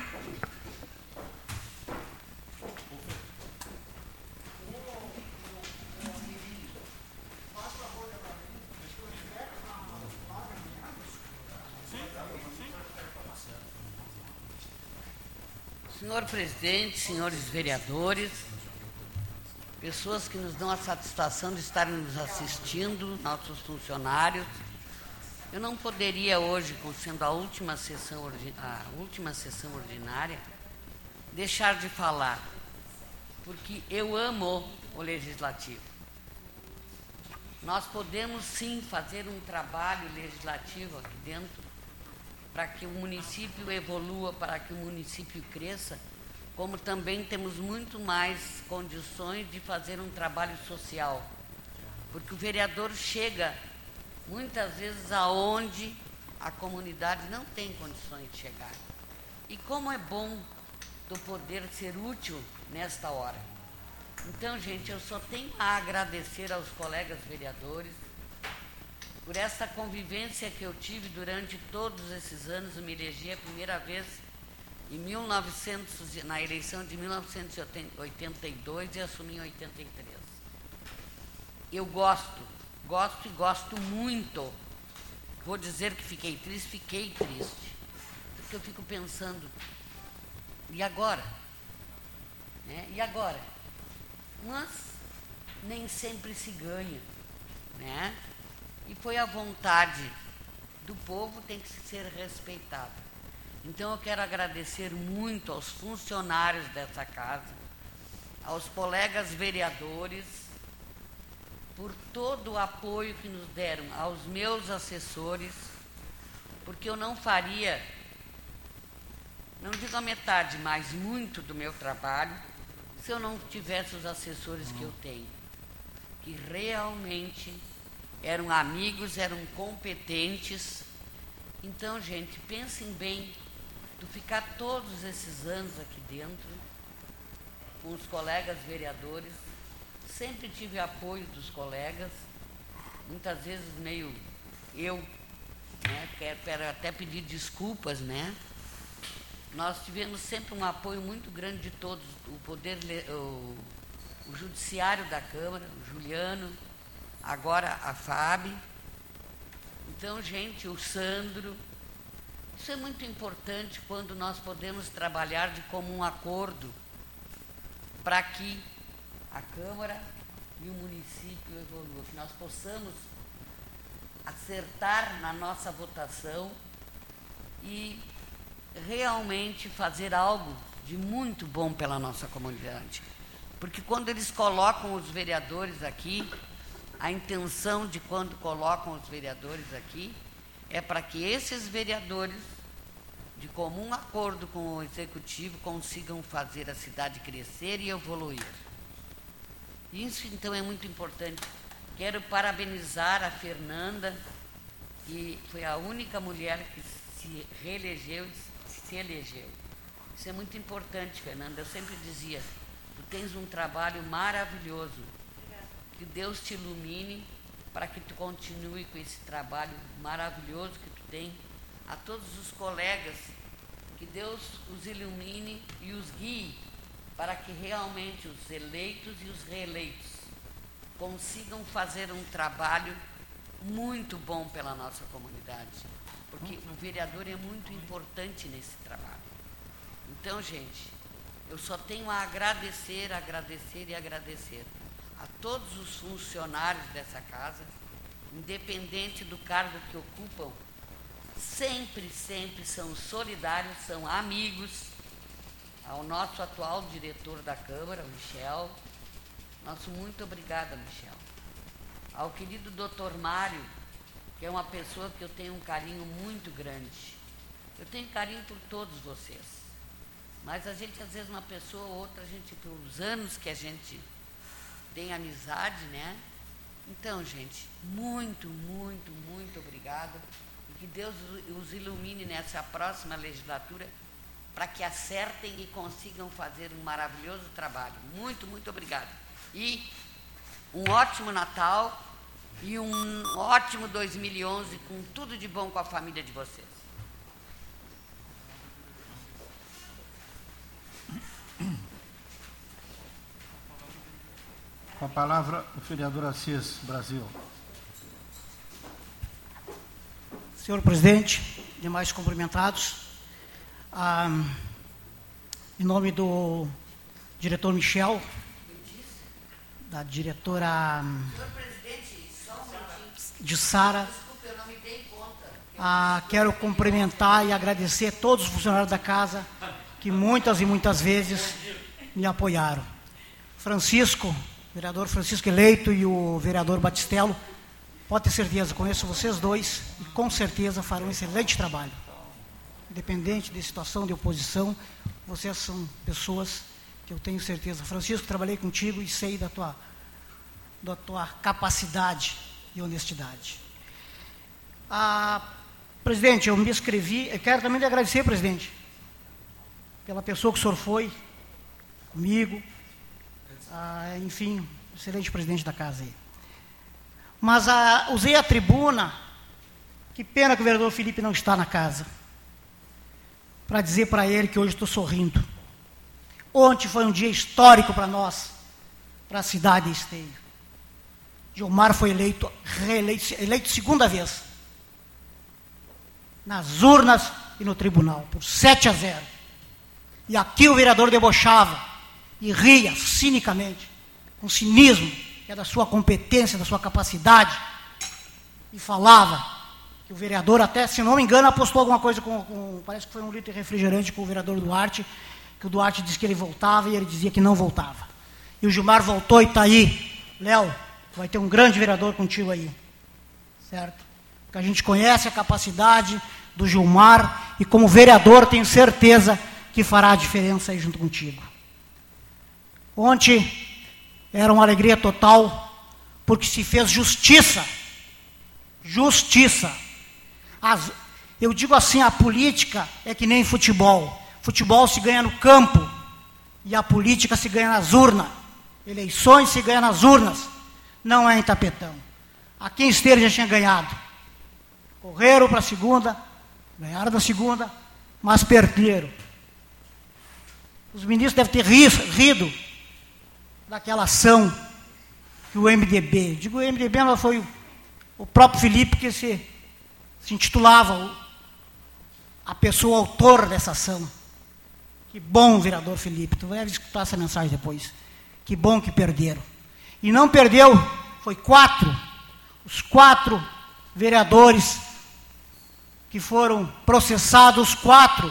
[SPEAKER 8] Senhor presidente, senhores vereadores, pessoas que nos dão a satisfação de estarem nos assistindo, nossos funcionários, eu não poderia hoje, sendo a última sessão, a última sessão ordinária, deixar de falar, porque eu amo o Legislativo. Nós podemos sim fazer um trabalho legislativo aqui dentro para que o município evolua, para que o município cresça, como também temos muito mais condições de fazer um trabalho social. Porque o vereador chega muitas vezes aonde a comunidade não tem condições de chegar. E como é bom tu poder ser útil nesta hora. Então, gente, eu só tenho a agradecer aos colegas vereadores por essa convivência que eu tive durante todos esses anos. Eu me elegi a primeira vez em mil e novecentos, na eleição de mil novecentos e oitenta e dois e assumi em oitenta e três. Eu gosto, gosto e gosto muito. Vou dizer que fiquei triste, fiquei triste. Porque eu fico pensando, e agora? Né? E agora? Mas nem sempre se ganha, né? E foi a vontade do povo, tem que ser respeitada. Então eu quero agradecer muito aos funcionários dessa casa, aos colegas vereadores, por todo o apoio que nos deram, aos meus assessores, porque eu não faria, não digo a metade, mas muito do meu trabalho, se eu não tivesse os assessores que eu tenho, que realmente eram amigos, eram competentes. Então, gente, pensem bem, tu ficar todos esses anos aqui dentro, com os colegas vereadores, sempre tive apoio dos colegas, muitas vezes meio eu, né, quero até pedir desculpas, né? Nós tivemos sempre um apoio muito grande de todos, o poder, o, o judiciário da Câmara, o Juliano, agora a Fábio. Então, gente, o Sandro. Isso é muito importante quando nós podemos trabalhar de comum acordo para que a Câmara e o município evoluam, que nós possamos acertar na nossa votação e realmente fazer algo de muito bom pela nossa comunidade. Porque quando eles colocam os vereadores aqui, a intenção de quando colocam os vereadores aqui é para que esses vereadores, de comum acordo com o executivo, consigam fazer a cidade crescer e evoluir. Isso, então, é muito importante. Quero parabenizar a Fernanda, que foi a única mulher que se reelegeu e se elegeu. Isso é muito importante, Fernanda. Eu sempre dizia, tu tens um trabalho maravilhoso. Obrigada. Que Deus te ilumine para que tu continue com esse trabalho maravilhoso que tu tem. A todos os colegas, que Deus os ilumine e os guie para que realmente os eleitos e os reeleitos consigam fazer um trabalho muito bom pela nossa comunidade. Porque o vereador é muito importante nesse trabalho. Então, gente, eu só tenho a agradecer, agradecer e agradecer a todos os funcionários dessa casa, independente do cargo que ocupam, sempre, sempre são solidários, são amigos. Ao nosso atual diretor da Câmara, o Michel, nosso muito obrigada, Michel. Ao querido doutor Mário, que é uma pessoa que eu tenho um carinho muito grande. Eu tenho carinho por todos vocês. Mas a gente, às vezes, uma pessoa ou outra, a gente, pelos anos que a gente tem amizade, né? Então, gente, muito, muito, muito obrigada. E que Deus os ilumine nessa próxima legislatura para que acertem e consigam fazer um maravilhoso trabalho. Muito, muito obrigada. E um ótimo Natal e um ótimo dois mil e onze com tudo de bom com a família de vocês.
[SPEAKER 1] Com a palavra, o vereador Assis, Brasil.
[SPEAKER 4] Senhor presidente, demais cumprimentados, ah, em nome do diretor Michel, da diretora
[SPEAKER 8] Senhor presidente, só um minutinho.
[SPEAKER 4] de Sara,
[SPEAKER 8] Desculpe, eu não me dei conta.
[SPEAKER 4] ah, quero cumprimentar e agradecer a todos os funcionários da casa que muitas e muitas vezes me apoiaram. Francisco, vereador Francisco eleito, e o vereador Batistello, pode ter certeza, conheço vocês dois e com certeza farão um excelente trabalho. independente de situação de oposição, vocês são pessoas que eu tenho certeza. Francisco, trabalhei contigo e sei da tua, da tua capacidade e honestidade. Ah, presidente, eu me inscrevi, eu quero também lhe agradecer, presidente, pela pessoa que o senhor foi comigo, ah, enfim, excelente presidente da casa aí. Mas ah, usei a tribuna, que pena que o vereador Felipe não está na casa, para dizer para ele que hoje estou sorrindo. Ontem foi um dia histórico para nós, para a cidade de Esteio. Gilmar foi eleito, reeleito, eleito segunda vez, nas urnas e no tribunal, por sete a zero. E aqui o vereador debochava e ria cinicamente, com cinismo, que é da sua competência, da sua capacidade, e falava que o vereador, até, se não me engano, apostou alguma coisa com, com, parece que foi um litro de refrigerante com o vereador Duarte, que o Duarte disse que ele voltava e ele dizia que não voltava. E o Gilmar voltou e está aí. Léo, vai ter um grande vereador contigo aí, certo? Porque a gente conhece a capacidade do Gilmar e como vereador tenho certeza que fará a diferença aí junto contigo. Ontem era uma alegria total, porque se fez justiça. Justiça. As, eu digo assim, a política é que nem futebol. Futebol se ganha no campo e a política se ganha nas urnas. Eleições se ganha nas urnas, não é em tapetão. Aqui em Esteira já tinha ganhado. Correram para a segunda, ganharam da segunda, mas perderam. Os ministros devem ter rido daquela ação que o M D B, digo o M D B, mas foi o, o próprio Felipe que se, se intitulava o, a pessoa autor dessa ação. Que bom, vereador Felipe, tu vai escutar essa mensagem depois. Que bom que perderam. E não perdeu, foi quatro, os quatro vereadores que foram processados, quatro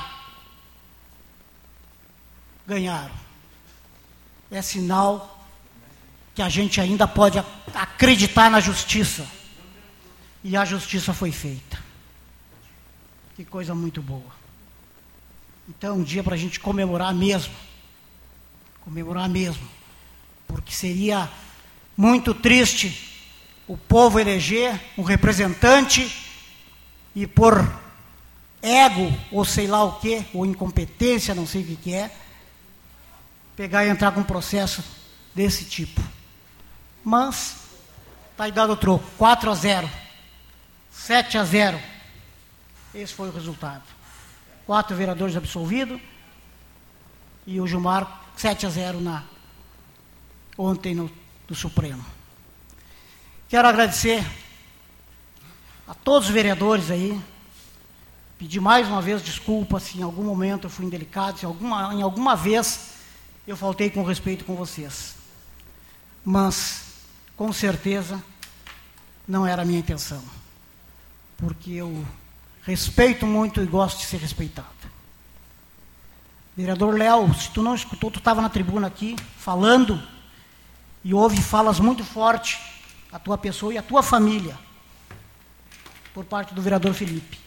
[SPEAKER 4] ganharam. É sinal que a gente ainda pode acreditar na justiça. E a justiça foi feita. Que coisa muito boa. Então, é um dia para a gente comemorar mesmo. Comemorar mesmo. Porque seria muito triste o povo eleger um representante e por ego, ou sei lá o quê, ou incompetência, não sei o que que é, pegar e entrar com um processo desse tipo. Mas, está aí dado o troco, quatro a zero, sete a zero, esse foi o resultado. Quatro vereadores absolvidos, e o Gilmar, sete a zero na, ontem no, no Supremo. Quero agradecer a todos os vereadores aí, pedir mais uma vez desculpa se em algum momento eu fui indelicado, se alguma, em alguma vez eu faltei com respeito com vocês. Mas, com certeza, não era a minha intenção. Porque eu respeito muito e gosto de ser respeitado. Vereador Léo, se tu não escutou, tu estava na tribuna aqui, falando, e houve falas muito fortes, a tua pessoa e a tua família, por parte do vereador Felipe.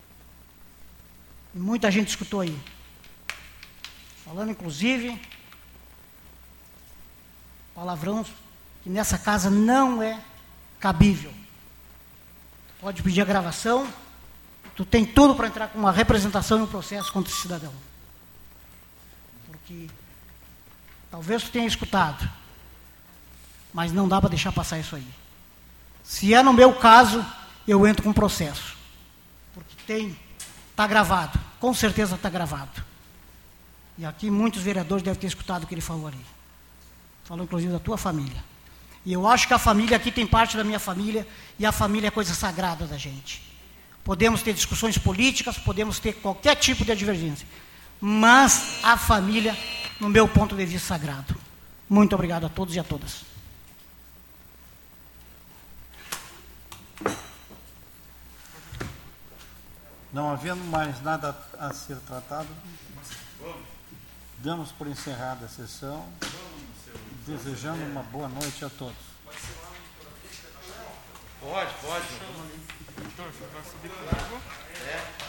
[SPEAKER 4] E muita gente escutou aí. Falando, inclusive, palavrão que nessa casa não é cabível. Pode pedir a gravação, tu tem tudo para entrar com uma representação e um processo contra esse cidadão. Porque talvez tu tenha escutado, mas não dá para deixar passar isso aí. Se é no meu caso, eu entro com processo. Porque tem, está gravado, com certeza está gravado. E aqui muitos vereadores devem ter escutado o que ele falou ali. Falou inclusive da tua família. E eu acho que a família aqui tem parte da minha família, e a família é coisa sagrada da gente. Podemos ter discussões políticas, podemos ter qualquer tipo de divergência, mas a família, no meu ponto de vista, é sagrado. Muito obrigado a todos e a todas.
[SPEAKER 1] Não havendo mais nada a ser tratado, damos por encerrada a sessão, desejando uma boa noite a todos.
[SPEAKER 7] Pode, pode.